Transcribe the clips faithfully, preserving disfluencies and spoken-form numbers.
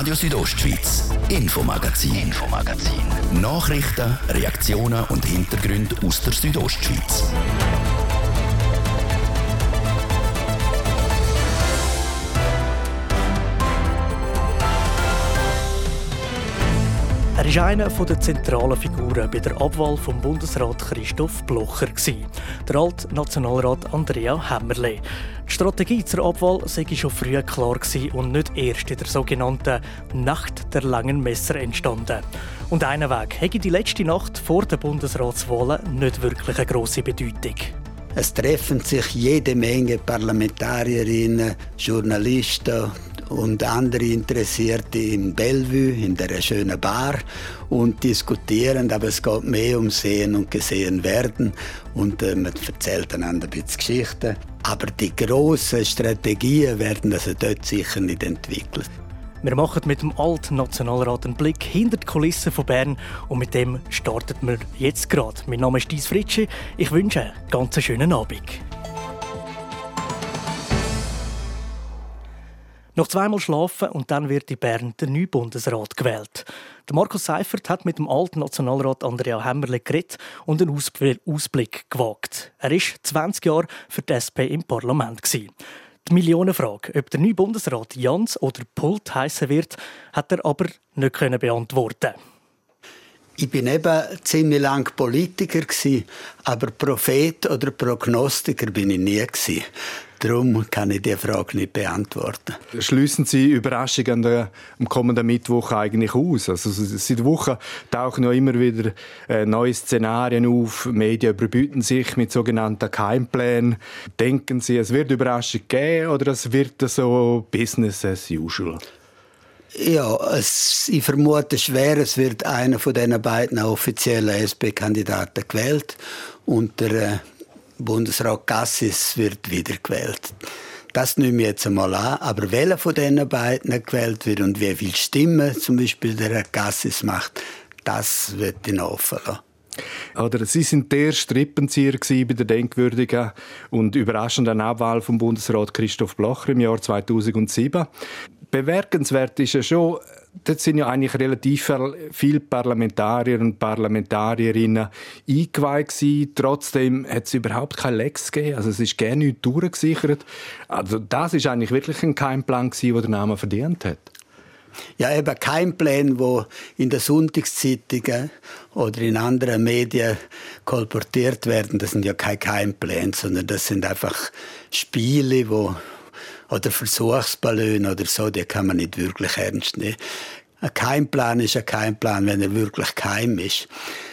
Radio Südostschweiz, Infomagazin. Infomagazin. Nachrichten, Reaktionen und Hintergründe aus der Südostschweiz. Er war eine der zentralen Figuren bei der Abwahl vom Bundesrat Christoph Blocher. Der alte Nationalrat Andrea Hämmerle. Die Strategie zur Abwahl sei schon früh klar und nicht erst in der sogenannten Nacht der langen Messer entstanden. Und einen Weg hätte die letzte Nacht vor der Bundesratswahlen nicht wirklich eine grosse Bedeutung. Es treffen sich jede Menge Parlamentarierinnen, Journalisten und andere Interessierte in Bellevue, in der schönen Bar, und diskutieren, aber es geht mehr um Sehen und Gesehen werden, und äh, man erzählt einander ein bisschen Geschichten. Aber die grossen Strategien werden also dort sicher nicht entwickelt. Wir machen mit dem alten Nationalrat einen Blick hinter die Kulissen von Bern, und mit dem startet wir jetzt gerade. Mein Name ist Dies Fritschi. Ich wünsche einen ganz schönen Abend. Noch zweimal schlafen und dann wird in Bern der neue Bundesrat gewählt. Der Markus Seifert hat mit dem alten Nationalrat Andrea Hämmerle geredet und einen Ausblick gewagt. Er war zwanzig Jahre für die S P im Parlament. Die Millionenfrage, ob der neue Bundesrat Jans oder Pult heissen wird, hat er aber nicht beantworten. Ich bin eben ziemlich lang Politiker, aber Prophet oder Prognostiker bin ich nie. Darum kann ich diese Frage nicht beantworten. Schliessen Sie Überraschungen am kommenden Mittwoch eigentlich aus? Also seit Wochen tauchen ja immer wieder äh, neue Szenarien auf. Medien überbieten sich mit sogenannten Geheimplänen. Denken Sie, es wird Überraschungen geben oder es wird so Business as usual? Ja, es, ich vermute schwer, es wird einer von diesen beiden offiziellen S P-Kandidaten gewählt und der äh, Bundesrat Cassis wird wiedergewählt. Das nehme ich jetzt einmal an. Aber welcher von diesen beiden gewählt wird und wie viele Stimmen zum Beispiel der Herr Cassis macht, das wird ich noch offen lassen. Oder Sie sind der Strippenzieher bei der denkwürdigen und überraschenden Abwahl vom Bundesrat Christoph Blocher im Jahr zweitausendsieben. Bemerkenswert ist ja schon, dort sind ja eigentlich relativ viele Parlamentarier und Parlamentarierinnen eingeweiht gewesen. Trotzdem hat es überhaupt keine Lecks gegeben. Also es ist gar nicht durchgesichert. Also das ist eigentlich wirklich ein Geheimplan gewesen, der den Namen verdient hat. Ja, eben kein Plan, wo in den Sonntagszeitungen oder in anderen Medien kolportiert werden. Das sind ja keine Geheimpläne, sondern das sind einfach Spiele, wo oder Versuchsballone oder so, die kann man nicht wirklich ernst nehmen. Ein Geheimplan ist ein Geheimplan, wenn er wirklich geheim ist.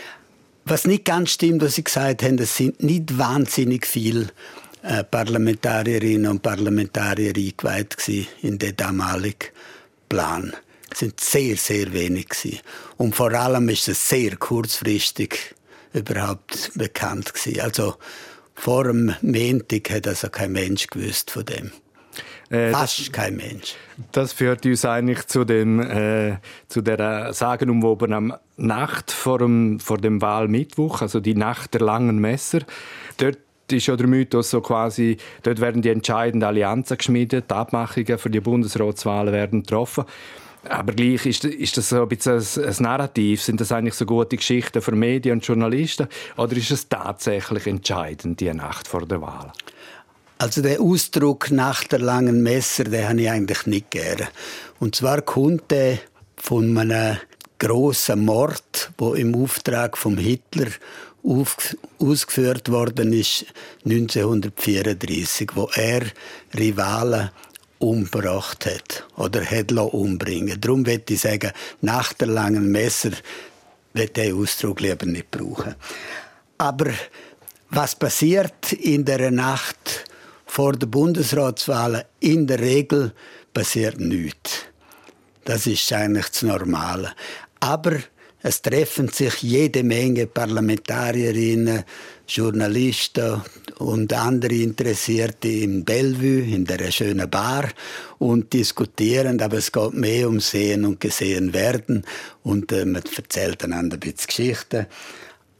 Was nicht ganz stimmt, was Sie gesagt haben, es sind nicht wahnsinnig viele äh, Parlamentarierinnen und Parlamentarier eingeweiht gewesen in den damaligen Plan. Es sind sehr, sehr wenig gewesen. Und vor allem ist es sehr kurzfristig überhaupt bekannt gewesen. Also vor dem Montag hat also kein Mensch gewusst von dem. Äh, Fast das, kein Mensch. Das führt uns eigentlich zu, dem, äh, zu der sagenumwobenen Nacht vor dem, vor dem Wahlmittwoch, also die Nacht der langen Messer. Dort ist ja der Mythos so quasi, dort werden die entscheidenden Allianzen geschmiedet, die Abmachungen für die Bundesratswahlen werden getroffen. Aber gleich ist, ist das so ein bisschen ein, ein Narrativ. Sind das eigentlich so gute Geschichten für Medien und Journalisten? Oder ist es tatsächlich entscheidend, die Nacht vor der Wahl? Also der Ausdruck «nach der langen Messer», den habe ich eigentlich nicht gerne. Und zwar kommt der von einem grossen Mord, der im Auftrag von Hitler auf, ausgeführt worden ist, neunzehnhundertvierunddreissig, wo er Rivalen umgebracht hat oder hat umbringen. Darum möchte ich sagen, «nach der langen Messer» will ich den Ausdruck lieber nicht brauchen. Aber was passiert in der Nacht vor der Bundesratswahlen? In der Regel passiert nichts. Das ist eigentlich das Normale. Aber es treffen sich jede Menge Parlamentarierinnen, Journalisten und andere Interessierte in Bellevue, in der schönen Bar, und diskutieren, aber es geht mehr um Sehen und Gesehen werden, und äh, man erzählt einander ein bisschen Geschichten.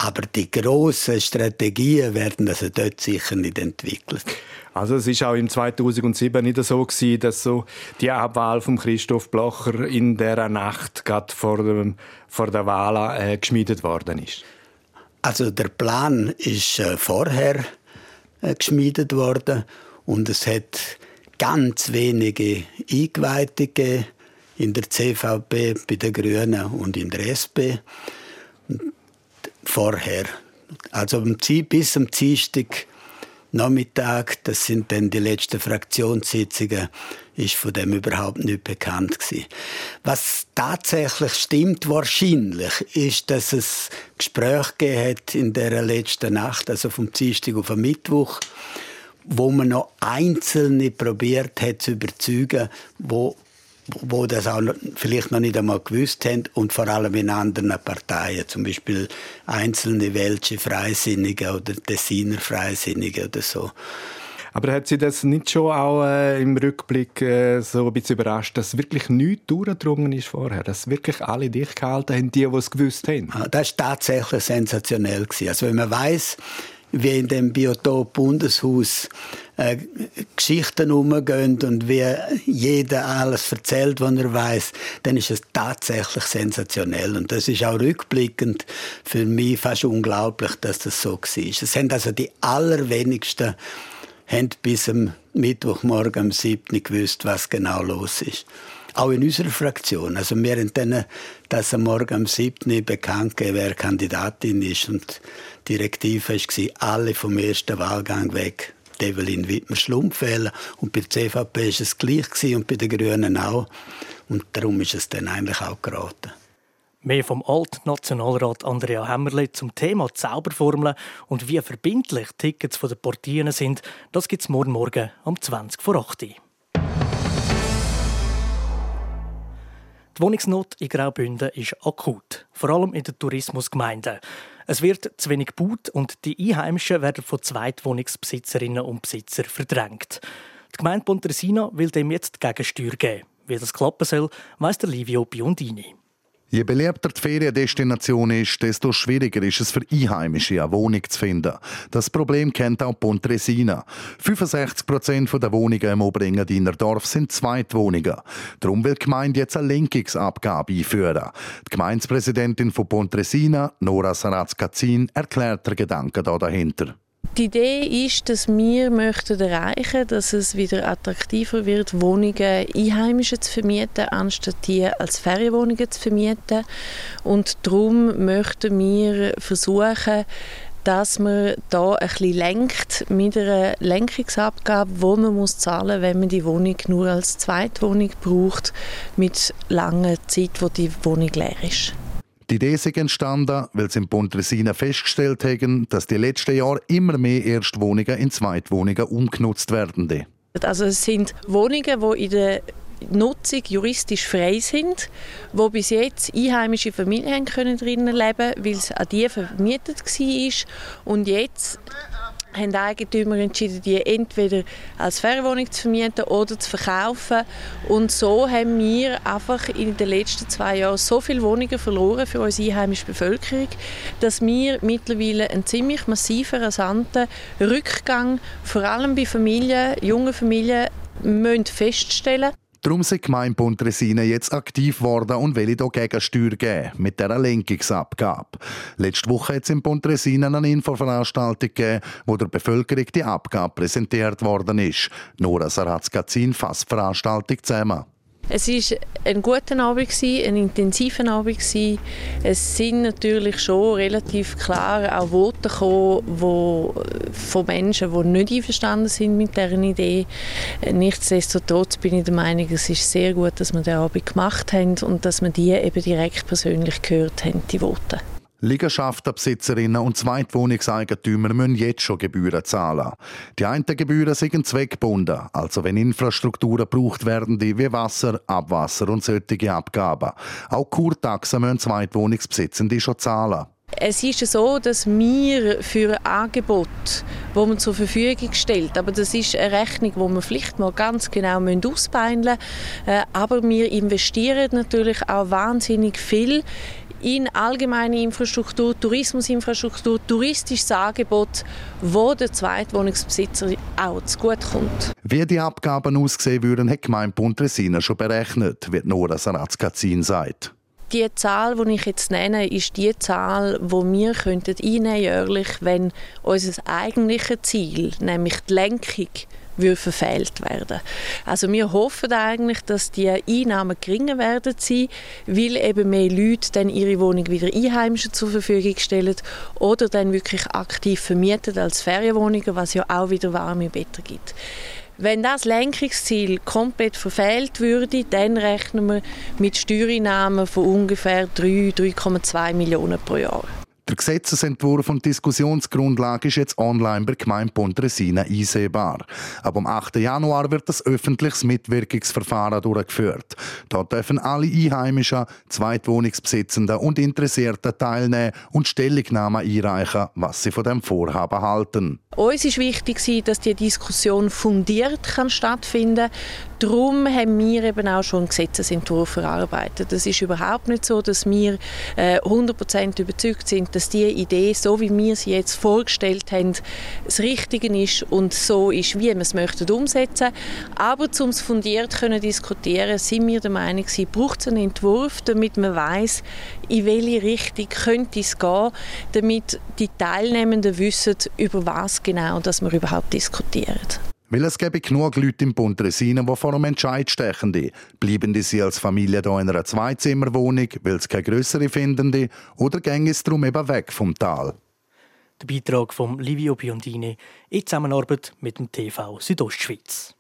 Aber die grossen Strategien werden also dort sicher nicht entwickelt. Also es ist auch im zweitausendsieben nicht so gewesen, dass so die Abwahl von Christoph Blocher in dieser Nacht gerade vor, dem, vor der Wahl äh, geschmiedet worden ist. Also der Plan ist äh, vorher äh, geschmiedet worden und es hat ganz wenige Eingeweihte gegeben in der C V P, bei den Grünen und in der S P. Vorher. Also bis am Dienstag Nachmittag, das sind dann die letzten Fraktionssitzungen, ist von dem überhaupt nicht bekannt gewesen. Was tatsächlich stimmt wahrscheinlich, ist, dass es Gespräche gegeben hat in der letzten Nacht, also vom Dienstag auf den Mittwoch, wo man noch Einzelne probiert hat zu überzeugen, wo wo das auch vielleicht noch nicht einmal gewusst haben und vor allem in anderen Parteien, zum Beispiel einzelne welsche Freisinnige oder Tessiner Freisinnige oder so. Aber hat Sie das nicht schon auch äh, im Rückblick äh, so ein bisschen überrascht, dass wirklich nichts durchgedrungen ist vorher, dass wirklich alle dicht gehalten haben, die, die es gewusst haben? Das war tatsächlich sensationell. Also wenn man weiss, wie in dem Biotop Bundeshaus äh, Geschichten umgehen und wie jeder alles erzählt, was er weiss, dann ist es tatsächlich sensationell. Und das ist auch rückblickend für mich fast unglaublich, dass das so war. Es haben also die allerwenigsten haben bis am Mittwochmorgen am siebten gewusst, was genau los ist. Auch in unserer Fraktion. Also wir haben dann, dass am Morgen am siebten bekannt gegeben, wer Kandidatin ist. Und die Direktive war, alle vom ersten Wahlgang weg. Evelyn Wittmer-Schlumpf wählen. Und bei der C V P war es gleich gewesen, und bei den Grünen auch. Und darum ist es dann eigentlich auch geraten. Mehr vom Alt-Nationalrat Andrea Hämmerle zum Thema Zauberformeln und wie verbindlich Tickets von den Partien sind, das gibt es morgen Morgen um zwanzig vor acht Uhr. Die Wohnungsnot in Graubünden ist akut, vor allem in den Tourismusgemeinden. Es wird zu wenig gebaut und die Einheimischen werden von Zweitwohnungsbesitzerinnen und Besitzern verdrängt. Die Gemeinde Pontresina will dem jetzt Gegensteuer geben. Wie das klappen soll, weiss der Livio Biondini. Je beliebter die Feriendestination ist, desto schwieriger ist es für Einheimische, eine Wohnung zu finden. Das Problem kennt auch Pontresina. fünfundsechzig Prozent der Wohnungen im Oberengadiner Dorf sind Zweitwohnungen. Darum will die Gemeinde jetzt eine Lenkungsabgabe einführen. Die Gemeindepräsidentin von Pontresina, Nora Saratz-Katzin, erklärt den Gedanken dahinter. Die Idee ist, dass wir möchten erreichen, dass es wieder attraktiver wird, Wohnungen Einheimischen zu vermieten, anstatt die als Ferienwohnungen zu vermieten. Und darum möchten wir versuchen, dass man da ein bisschen lenkt mit einer Lenkungsabgabe, die man muss zahlen muss, wenn man die Wohnung nur als Zweitwohnung braucht, mit langer Zeit, wo die Wohnung leer ist. Die Idee ist entstanden, weil sie in Pontresina festgestellt haben, dass die letzten Jahre immer mehr Erstwohnungen in Zweitwohnungen umgenutzt werden. Also es sind Wohnungen, die in der Nutzung juristisch frei sind, wo bis jetzt einheimische Familien können drinnen leben, weil es an die vermietet war. Und jetzt haben die Eigentümer entschieden, die entweder als Ferienwohnung zu vermieten oder zu verkaufen. Und so haben wir einfach in den letzten zwei Jahren so viele Wohnungen verloren für unsere einheimische Bevölkerung, dass wir mittlerweile einen ziemlich massiven, rasanten Rückgang, vor allem bei Familien, jungen Familien, müssen feststellen. Darum sind die Gemeinde Pontresina jetzt aktiv geworden und will hier Gegensteuer geben, mit dieser Lenkungsabgabe. Letzte Woche hat es in Pontresina eine Infoveranstaltung gegeben, wo der Bevölkerung die Abgabe präsentiert worden ist. Nora Saratz-Katzin fasst die Veranstaltung zusammen. Es war ein guter Abend, ein intensiver Abend. Es sind natürlich schon relativ klar auch Voten gekommen, wo, von Menschen, die nicht einverstanden sind mit dieser Idee. Nichtsdestotrotz bin ich der Meinung, es ist sehr gut, dass wir den Abend gemacht haben und dass wir die eben direkt persönlich gehört haben, die Voten. Liegenschaftenbesitzerinnen und Zweitwohnungseigentümer müssen jetzt schon Gebühren zahlen. Die einen Gebühren sind zweckgebunden, also wenn Infrastrukturen gebraucht werden, wie Wasser, Abwasser und solche Abgaben. Auch Kurtaxen müssen Zweitwohnungsbesitzende schon zahlen. Es ist so, dass wir für ein Angebot, das man zur Verfügung stellt, aber das ist eine Rechnung, die wir vielleicht mal ganz genau ausbeineln müssen, aber wir investieren natürlich auch wahnsinnig viel in allgemeine Infrastruktur, Tourismusinfrastruktur, touristisches Angebot, wo der Zweitwohnungsbesitzer auch zugutekommt. Wie die Abgaben aussehen würden, hat die Gemeinde Pontresina schon berechnet, wie Nora Saratzkazin sagt. Die Zahl, die ich jetzt nenne, ist die Zahl, die wir könnten einnehmen jährlich, wenn unser eigentliches Ziel, nämlich die Lenkung, würde verfehlt werden. Also wir hoffen eigentlich, dass die Einnahmen geringer werden sein, weil eben mehr Leute dann ihre Wohnung wieder Einheimischen zur Verfügung stellen oder dann wirklich aktiv vermieten als Ferienwohnungen, was ja auch wieder warme Betten gibt. Wenn das Lenkungsziel komplett verfehlt würde, dann rechnen wir mit Steuereinnahmen von ungefähr drei, drei Komma zwei Millionen pro Jahr. Der Gesetzesentwurf und Diskussionsgrundlage ist jetzt online bei Gemeinde Pontresina einsehbar. Ab dem achten Januar wird das öffentliches Mitwirkungsverfahren durchgeführt. Dort dürfen alle Einheimischen, Zweitwohnungsbesitzenden und Interessierten teilnehmen und Stellungnahmen einreichen, was sie von dem Vorhaben halten. Uns war wichtig, dass die Diskussion fundiert stattfinden kann. Darum haben wir eben auch schon einen Gesetzesentwurf erarbeitet. Es ist überhaupt nicht so, dass wir äh, hundert Prozent überzeugt sind, dass die Idee, so wie wir sie jetzt vorgestellt haben, das Richtige ist und so ist, wie wir es möchten umsetzen. Aber um es fundiert zu diskutieren, sind wir der Meinung, es braucht einen Entwurf, damit man weiss, in welche Richtung könnte es gehen, damit die Teilnehmenden wissen, über was genau, dass wir überhaupt diskutieren. Weil es gäbe genug Leute in Pontresina, die vor einem Entscheid stechen. Bleiben sie als Familie hier in einer Zweizimmerwohnung, weil sie keine grössere finden, oder gehen es darum eben weg vom Tal? Der Beitrag von Livio Biondini in Zusammenarbeit mit dem T V Südostschweiz.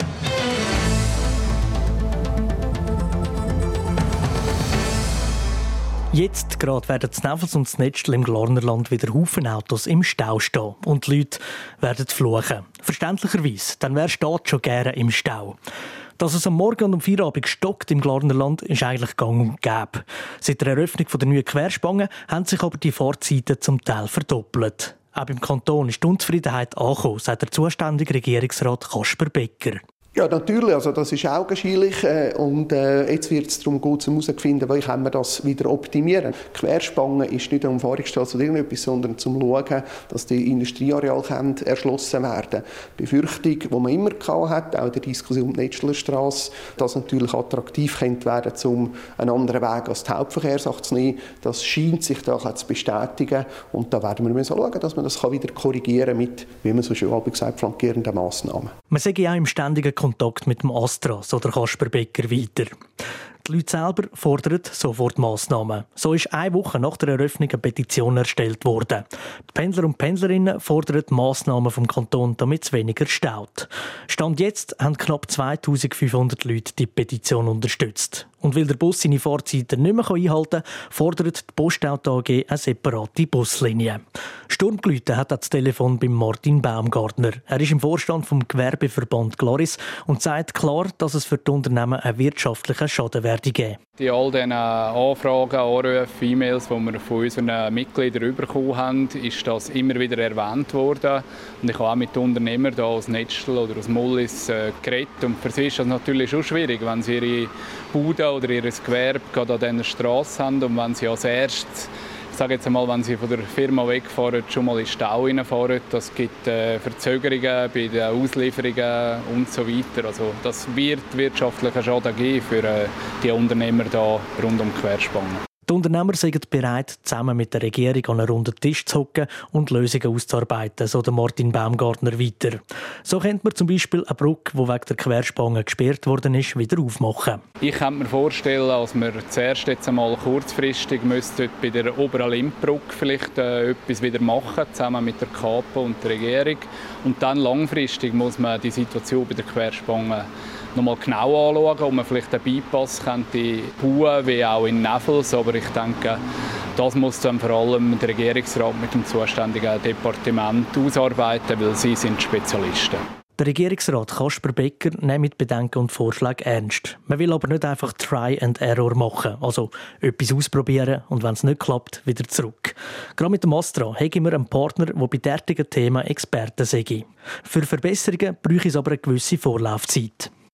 Jetzt gerade werden das Neffels und das Netztel im Glarnerland wieder Haufen Autos im Stau stehen und die Leute werden fluchen. Verständlicherweise, dann wer steht schon gerne im Stau. Dass es am Morgen und am Feierabend stockt im Glarnerland, ist eigentlich gang und gäbe. Seit der Eröffnung der neuen Querspangen haben sich aber die Fahrzeiten zum Teil verdoppelt. Auch im Kanton ist die Unzufriedenheit angekommen, sagt der zuständige Regierungsrat Kasper Becker. Ja, natürlich. Also das ist augenscheinlich. Äh, und äh, jetzt wird es darum gehen, um herauszufinden, wie können wir das wieder optimieren. Querspangen ist nicht eine Umfahrungsstrasse oder irgendetwas, sondern zum Schauen, dass die Industrieareale erschlossen werden. Die Befürchtung, die man immer hatte, auch in der Diskussion um die Netztlerstrasse, dass natürlich attraktiv könnte werden, um einen anderen Weg als die Hauptverkehrsachse zu nehmen. Das scheint sich da zu bestätigen. Und da werden wir müssen schauen, dass man das wieder korrigieren kann mit, wie man so schön gesagt, flankierenden Massnahmen. Man sei ja auch im ständigen Kontakt mit dem Astra, so der Kasper Becker weiter. Die Leute selber fordern sofort Massnahmen. So ist eine Woche nach der Eröffnung eine Petition erstellt worden. Die Pendler und Pendlerinnen fordern Massnahmen vom Kanton, damit es weniger staut. Stand jetzt haben knapp zweitausendfünfhundert Leute die Petition unterstützt. Und weil der Bus seine Fahrzeiten nicht mehr einhalten kann, fordert die Postauto A G eine separate Buslinie. Sturm geläutet hat das Telefon bei Martin Baumgartner. Er ist im Vorstand vom Gewerbeverband Glaris und sagt klar, dass es für die Unternehmen einen wirtschaftlichen Schaden werde geben. Die all diesen Anfragen, Anrufe, E-Mails, die wir von unseren Mitgliedern bekommen haben, ist das immer wieder erwähnt worden. Und ich habe auch mit Unternehmern hier aus Netztel oder aus Mollis äh, geredet. Und für sie ist das natürlich schon schwierig, wenn sie ihre Bude oder ihr Gewerbe gerade an dieser Strasse haben und wenn sie als erstes, ich sage jetzt einmal, wenn sie von der Firma wegfahren, schon mal in den Stau reinfahren. Das gibt äh, Verzögerungen bei den Auslieferungen und so weiter. Also das wird wirtschaftlichen Schaden geben für äh, die Unternehmer hier rund um die Querspangen. Die Unternehmer sind bereit, zusammen mit der Regierung an einen runden Tisch zu hocken und Lösungen auszuarbeiten, so der Martin Baumgartner weiter. So könnte man zum Beispiel eine Brücke, die wegen der Querspangen gesperrt worden ist, wieder aufmachen. Ich könnte mir vorstellen, dass wir zuerst jetzt einmal kurzfristig bei der Oberalp-Brücke vielleicht äh, etwas wieder machen, zusammen mit der Kapo und der Regierung. Und dann langfristig muss man die Situation bei der Querspangen noch mal genau anschauen, ob man vielleicht einen Bypass könnte bauen, wie auch in Neffels. Aber ich denke, das muss dann vor allem der Regierungsrat mit dem zuständigen Departement ausarbeiten, weil sie sind Spezialisten. Der Regierungsrat Kasper Becker nimmt Bedenken und Vorschläge ernst. Man will aber nicht einfach Try and Error machen, also etwas ausprobieren und wenn es nicht klappt, wieder zurück. Gerade mit dem Astra haben wir einen Partner, der bei derartigen Themen Experten sei. Für Verbesserungen bräuchte es aber eine gewisse Vorlaufzeit.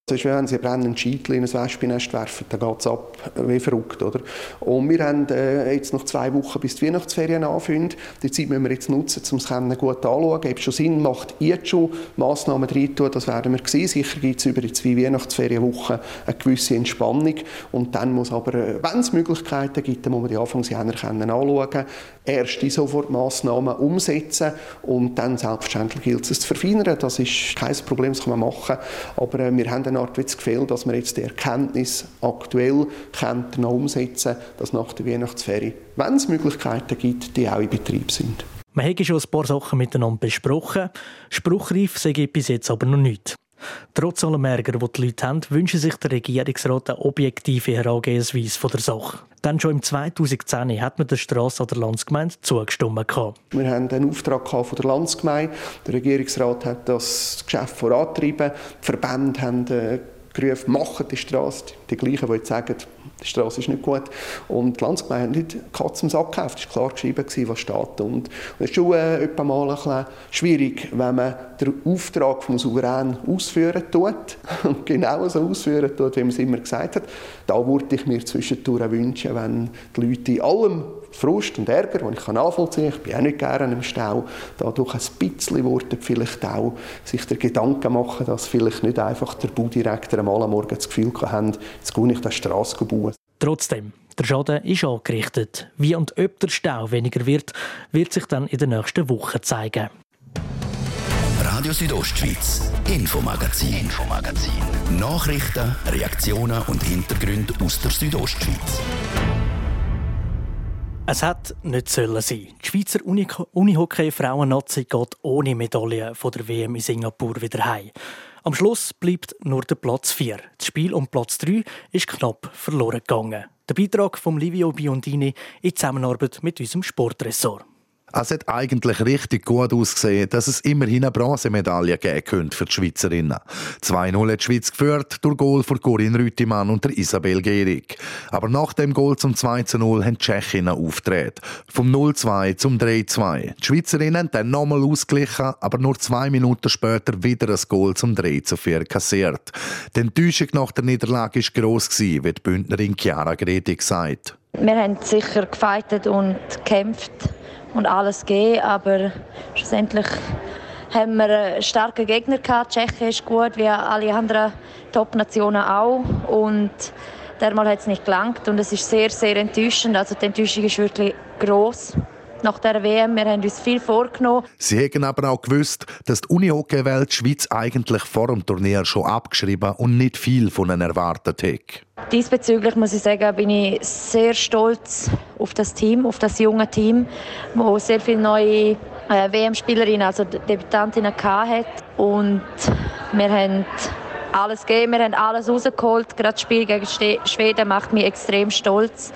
Das ist, wenn Sie einen brennenden Scheitel in ein Wespennest werfen, dann geht es ab wie verrückt. Oder? Und wir haben äh, jetzt noch zwei Wochen, bis die Weihnachtsferien anfangen. Die Zeit müssen wir jetzt nutzen, um das Rennen gut anzuschauen. Ob es schon Sinn macht, jetzt schon Massnahmen reintun, das werden wir sehen. Sicher gibt es über die zwei Weihnachtsferienwochen eine gewisse Entspannung. Und dann muss aber, wenn es Möglichkeiten gibt, dann muss man die Anfangsjahre anschauen. Erste Sofortmassnahmen umsetzen und dann selbstverständlich gilt es zu verfeinern. Das ist kein Problem, das kann man machen. Aber äh, wir haben eine Art das Gefühl, dass wir jetzt die Erkenntnis aktuell könnten noch umsetzen können, dass nach der Weihnachtsferie, wenn es Möglichkeiten gibt, die auch in Betrieb sind. Wir haben schon ein paar Sachen miteinander besprochen. Spruchreif sei bis jetzt aber noch nichts. Trotz allem Ärger, den die Leute haben, wünschen sich der Regierungsrat eine objektive Herangehensweise von der Sache. Dann schon im zweitausendzehn hat man der Strasse an der Landsgemeinde zugestimmt. Wir haben einen Auftrag von der Landsgemeinde. Der Regierungsrat hat das Geschäft vorangetrieben. Die Verbände haben äh, gerufen, machen die Strasse. Die gleichen, die jetzt sagen, die Strasse ist nicht gut. Und die Landsgemeinde hat nicht die Katze im Sack gekauft. Es war klar geschrieben, was steht. Und es ist schon äh, etwa mal ein bisschen schwierig, wenn man den Auftrag vom Souverän ausführen tut und genau so ausführen tut, wie man es immer gesagt hat. Da würde ich mir zwischendurch wünschen, wenn die Leute in allem Frust und Ärger, den ich nachvollziehen kann, ich bin auch nicht gerne im Stau, dadurch ein bisschen würden vielleicht auch sich der Gedanken machen, dass vielleicht nicht einfach der Baudirektor einmal am Morgen das Gefühl haben, jetzt gehe ich die Strasse bauen. Trotzdem, der Schaden ist angerichtet. Wie und ob der Stau weniger wird, wird sich dann in den nächsten Wochen zeigen. Radio Südostschweiz, Infomagazin. Infomagazin. Nachrichten, Reaktionen und Hintergründe aus der Südostschweiz. Es hätte nicht sollen sein. Die Schweizer Unihockey-Frauen-Nazi geht ohne Medaille von der W M in Singapur wieder heim. Am Schluss bleibt nur der Platz vier. Das Spiel um Platz drei ist knapp verloren gegangen. Der Beitrag von Livio Biondini in Zusammenarbeit mit unserem Sportressort. Es hat eigentlich richtig gut ausgesehen, dass es immerhin eine Bronzemedaille geben könnte für die Schweizerinnen. zwei null hat die Schweiz geführt durch Goal von Corinne Rüttimann und der Isabel Gehrig. Aber nach dem Goal zum zwei zu null haben die Tschechinnen aufgedreht. Vom null zwei zum drei zwei. Die Schweizerinnen haben dann nochmal ausgeglichen, aber nur zwei Minuten später wieder ein Goal zum drei zu vier kassiert. Die Enttäuschung nach der Niederlage war gross, wie die Bündnerin Chiara Gredig sagt. Wir haben sicher gefightet und gekämpft und alles gegeben, aber schlussendlich haben wir einen starken Gegner gehabt. Tschechien ist gut, wie alle anderen Top-Nationen auch. Und dermal hat es nicht gelangt und es ist sehr, sehr enttäuschend. Also die Enttäuschung ist wirklich gross. Nach der W M, wir haben uns viel vorgenommen. Sie haben aber auch gewusst, dass die Unihockey-Welt die Schweiz eigentlich vor dem Turnier schon abgeschrieben und nicht viel von ihnen erwartet hat. Diesbezüglich muss ich sagen, bin ich sehr stolz auf das Team, auf das junge Team, das sehr viele neue äh, W M-Spielerinnen, also Debütantinnen hatte. Und wir haben alles gegeben, wir haben alles rausgeholt. Gerade das Spiel gegen Schweden macht mich extrem stolz.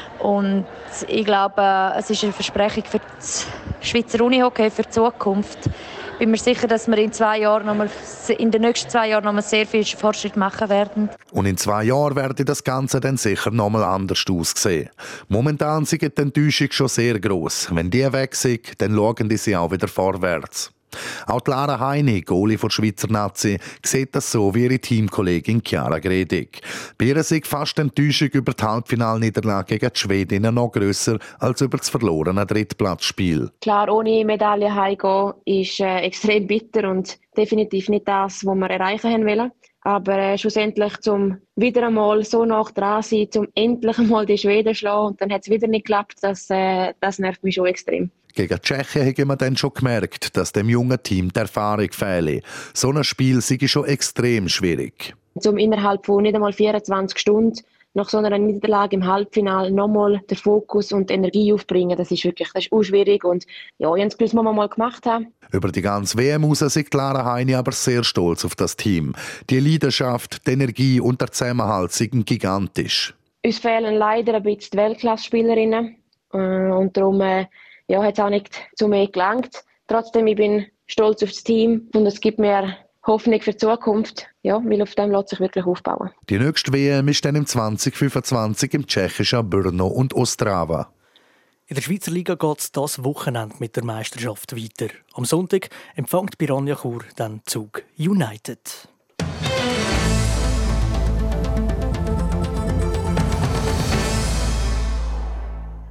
Und ich glaube, es ist eine Versprechung für das Schweizer Unihockey für die Zukunft. Ich bin mir sicher, dass wir in, zwei Jahren noch mal, in den nächsten zwei Jahren noch mal sehr viel Fortschritt machen werden. Und in zwei Jahren werde das Ganze dann sicher noch mal anders aussehen. Momentan ist die Enttäuschung schon sehr gross. Wenn die weg sind, dann schauen sie auch wieder vorwärts. Auch Lara Heini, Goalie der Schweizer Nazi, sieht das so wie ihre Teamkollegin Chiara Gredig. Bei ihr ist fast die Enttäuschung über die Halbfinalniederlage gegen die Schwedinnen noch grösser als über das verlorene Drittplatzspiel. Klar, ohne Medaille heimgehen ist äh, extrem bitter und definitiv nicht das, was wir erreichen wollen. Aber äh, schlussendlich, zum wieder einmal so nah dran sein, zum endlich einmal die Schweden schlagen und dann hat es wieder nicht geklappt, das, äh, das nervt mich schon extrem. Gegen die Tschechen haben wir dann schon gemerkt, dass dem jungen Team die Erfahrung fehle. So ein Spiel sei schon extrem schwierig. Um innerhalb von nicht einmal vierundzwanzig Stunden nach so einer Niederlage im Halbfinale nochmal den Fokus und die Energie aufbringen, das ist wirklich das ist auch schwierig. Und ja, ich habe das wir mal gemacht haben. Über die ganze W M raus ist Lara Heini aber sehr stolz auf das Team. Die Leidenschaft, die Energie und der Zusammenhalt sind gigantisch. Uns fehlen leider ein bisschen die Weltklasse-Spielerinnen. Und darum äh, ja, hat es auch nicht zu mehr gelangt. Trotzdem, ich bin stolz auf das Team und es gibt mir Hoffnung für die Zukunft, ja, weil auf dem lässt sich wirklich aufbauen. Die nächste W M ist dann im zwanzig fünfundzwanzig im tschechischen Brno und Ostrava. In der Schweizer Liga geht es dieses Wochenende mit der Meisterschaft weiter. Am Sonntag empfängt Piranha Chur dann Zug United.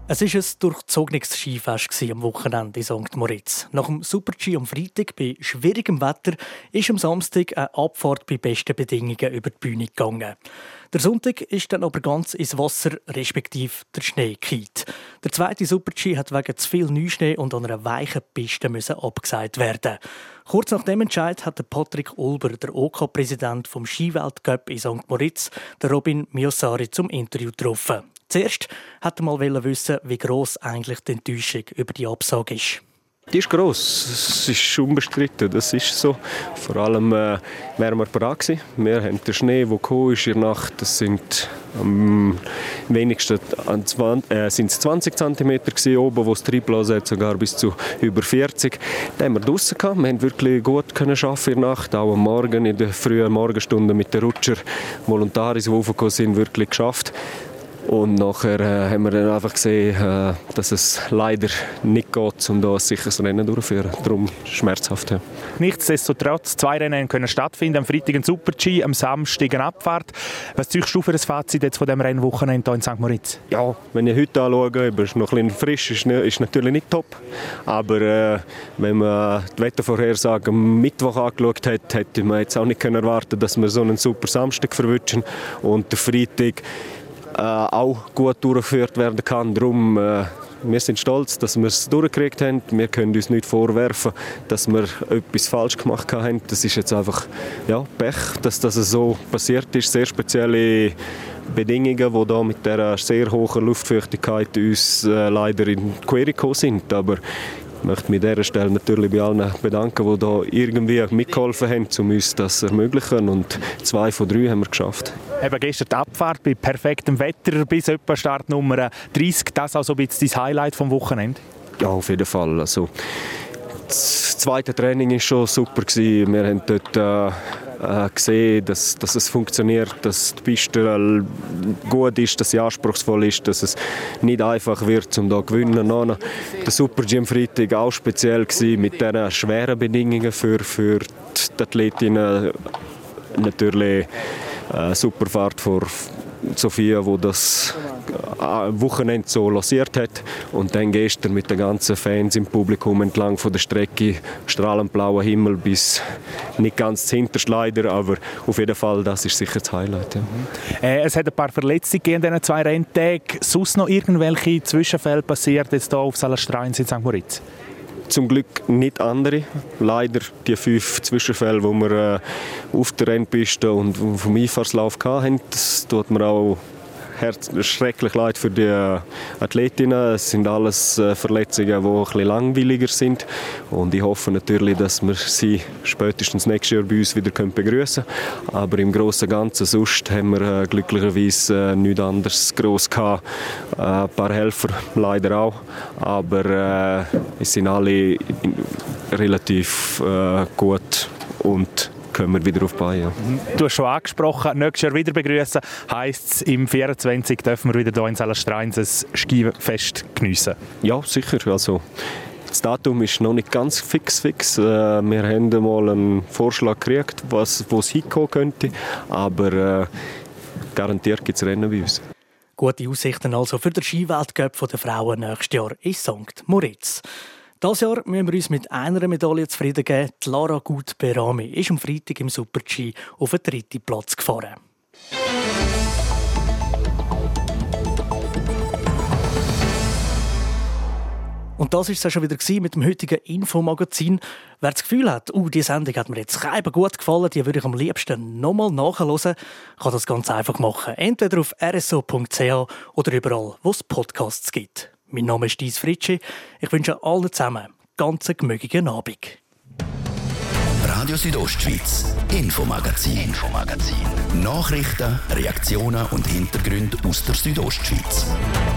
Es war ein durchzogenes Skifest am Wochenende in Sankt Moritz. Nach dem Super-G am Freitag bei schwierigem Wetter ist am Samstag eine Abfahrt bei besten Bedingungen über die Bühne gegangen. Der Sonntag ist dann aber ganz ins Wasser, respektive der Schnee gekippt. Der zweite Super-G hat wegen zu viel Neuschnee und an einer weichen Piste müssen abgesagt werden. Kurz nach dem Entscheid hat Patrick Ulber, der OK-Präsident vom Skiweltcup in Sankt Moritz, den Robin Miossari zum Interview getroffen. Zuerst wollte er mal wissen, wie gross eigentlich die Enttäuschung über die Absage ist. Die ist gross, es ist unbestritten, das ist so. Vor allem äh, wären wir bereit gewesen. Wir haben den Schnee, der gekommen ist in der Nacht, das sind am wenigsten äh, sind es zwanzig Zentimeter gewesen, oben, wo es reingeblasen hat, sogar bis zu über vierzig. Den haben wir draussen gehabt. Wir haben wirklich gut können arbeiten in der Nacht, auch am Morgen, in den frühen Morgenstunden mit den Rutscher, Volontaris, die raufgekommen sind, wirklich geschafft. Und nachher äh, haben wir dann einfach gesehen, äh, dass es leider nicht geht, um da ein sicheres Rennen durchzuführen. Darum schmerzhaft. Ja. Nichtsdestotrotz, zwei Rennen können stattfinden. Am Freitag ein Super-G, am Samstag eine Abfahrt. Was ziehst du für ein Fazit jetzt von diesem Rennwochenende hier in Sankt Moritz? Ja, wenn ich heute anschaue, ist noch ein bisschen frisch, ist, ist natürlich nicht top. Aber äh, wenn man die Wettervorhersage am Mittwoch angeschaut hat, hätte man jetzt auch nicht erwarten können, dass wir so einen super Samstag verwünschen. Und der Freitag Äh, auch gut durchgeführt werden kann. Darum, äh, wir sind stolz, dass wir es durchgekriegt haben. Wir können uns nicht vorwerfen, dass wir etwas falsch gemacht haben. Das ist jetzt einfach ja, Pech, dass das so passiert ist. Sehr spezielle Bedingungen, die da mit der sehr hohen Luftfeuchtigkeit uns äh, leider in die Quere gekommen sind. Aber ich möchte mich an dieser Stelle natürlich bei allen bedanken, die da irgendwie mitgeholfen haben, um uns das zu ermöglichen. Und zwei von drei haben wir geschafft. Eben gestern die Abfahrt bei perfektem Wetter bis etwa Startnummer dreißig. Das also ein bisschen dein Highlight vom Wochenende? Ja, auf jeden Fall. Also, das zweite Training war schon super. Wir haben dort äh, gesehen, dass, dass es funktioniert, dass die Piste äh, gut ist, dass sie anspruchsvoll ist, dass es nicht einfach wird, um hier zu gewinnen. Der Super-G am Freitag auch speziell gewesen, mit diesen schweren Bedingungen für, für die Athletinnen. Natürlich eine super Fahrt vor Sophia, die das Wochenende so lanciert hat. Und dann gestern mit den ganzen Fans im Publikum entlang von der Strecke, strahlend blauer Himmel bis nicht ganz hinterst leider, aber auf jeden Fall, das ist sicher das Highlight. Ja. Äh, es hat ein paar Verletzungen gegeben in diesen zwei Renntagen. Sonst noch irgendwelche Zwischenfälle passiert jetzt hier auf Salestrains in Sankt Moritz? Zum Glück nicht andere. Leider die fünf Zwischenfälle, die wir äh, auf der Rennpiste und vom Einfahrtslauf hatten, das tut mir auch Herz, schrecklich leid für die Athletinnen. Es sind alles äh, Verletzungen, die ein bisschen langweiliger sind. Und ich hoffe natürlich, dass wir sie spätestens nächstes Jahr bei uns wieder begrüßen können. Aber im Großen und Ganzen sonst haben wir äh, glücklicherweise äh, nichts anderes gross gehabt. Äh, ein paar Helfer leider auch. Aber äh, es sind alle relativ äh, gut und können wir wieder auf die Beine. Ja. Du hast schon angesprochen, nächstes Jahr wieder begrüßen. Heisst es, im vierundzwanzig dürfen wir wieder hier in Salestrains ein Skifest geniessen? Ja, sicher. Also, das Datum ist noch nicht ganz fix. fix. Wir haben mal einen Vorschlag gekriegt, was, wo es hinkommen könnte. Aber äh, garantiert gibt es Rennen bei uns. Gute Aussichten also für den Skiweltcup der Frauen nächstes Jahr in Sankt Moritz. Dieses Jahr müssen wir uns mit einer Medaille zufrieden geben. Die Lara Gut-Berami ist am Freitag im Super-G auf den dritten Platz gefahren. Und das war es auch schon wieder mit dem heutigen Infomagazin. Wer das Gefühl hat, uh, die Sendung hat mir jetzt gut gefallen, die würde ich am liebsten nochmal nachhören, kann das ganz einfach machen. Entweder auf r s o punkt c h oder überall, wo es Podcasts gibt. Mein Name ist Dies Fritschi. Ich wünsche allen zusammen einen ganz gemütlichen Abend. Radio Südostschweiz, Infomagazin. Infomagazin. Nachrichten, Reaktionen und Hintergründe aus der Südostschweiz.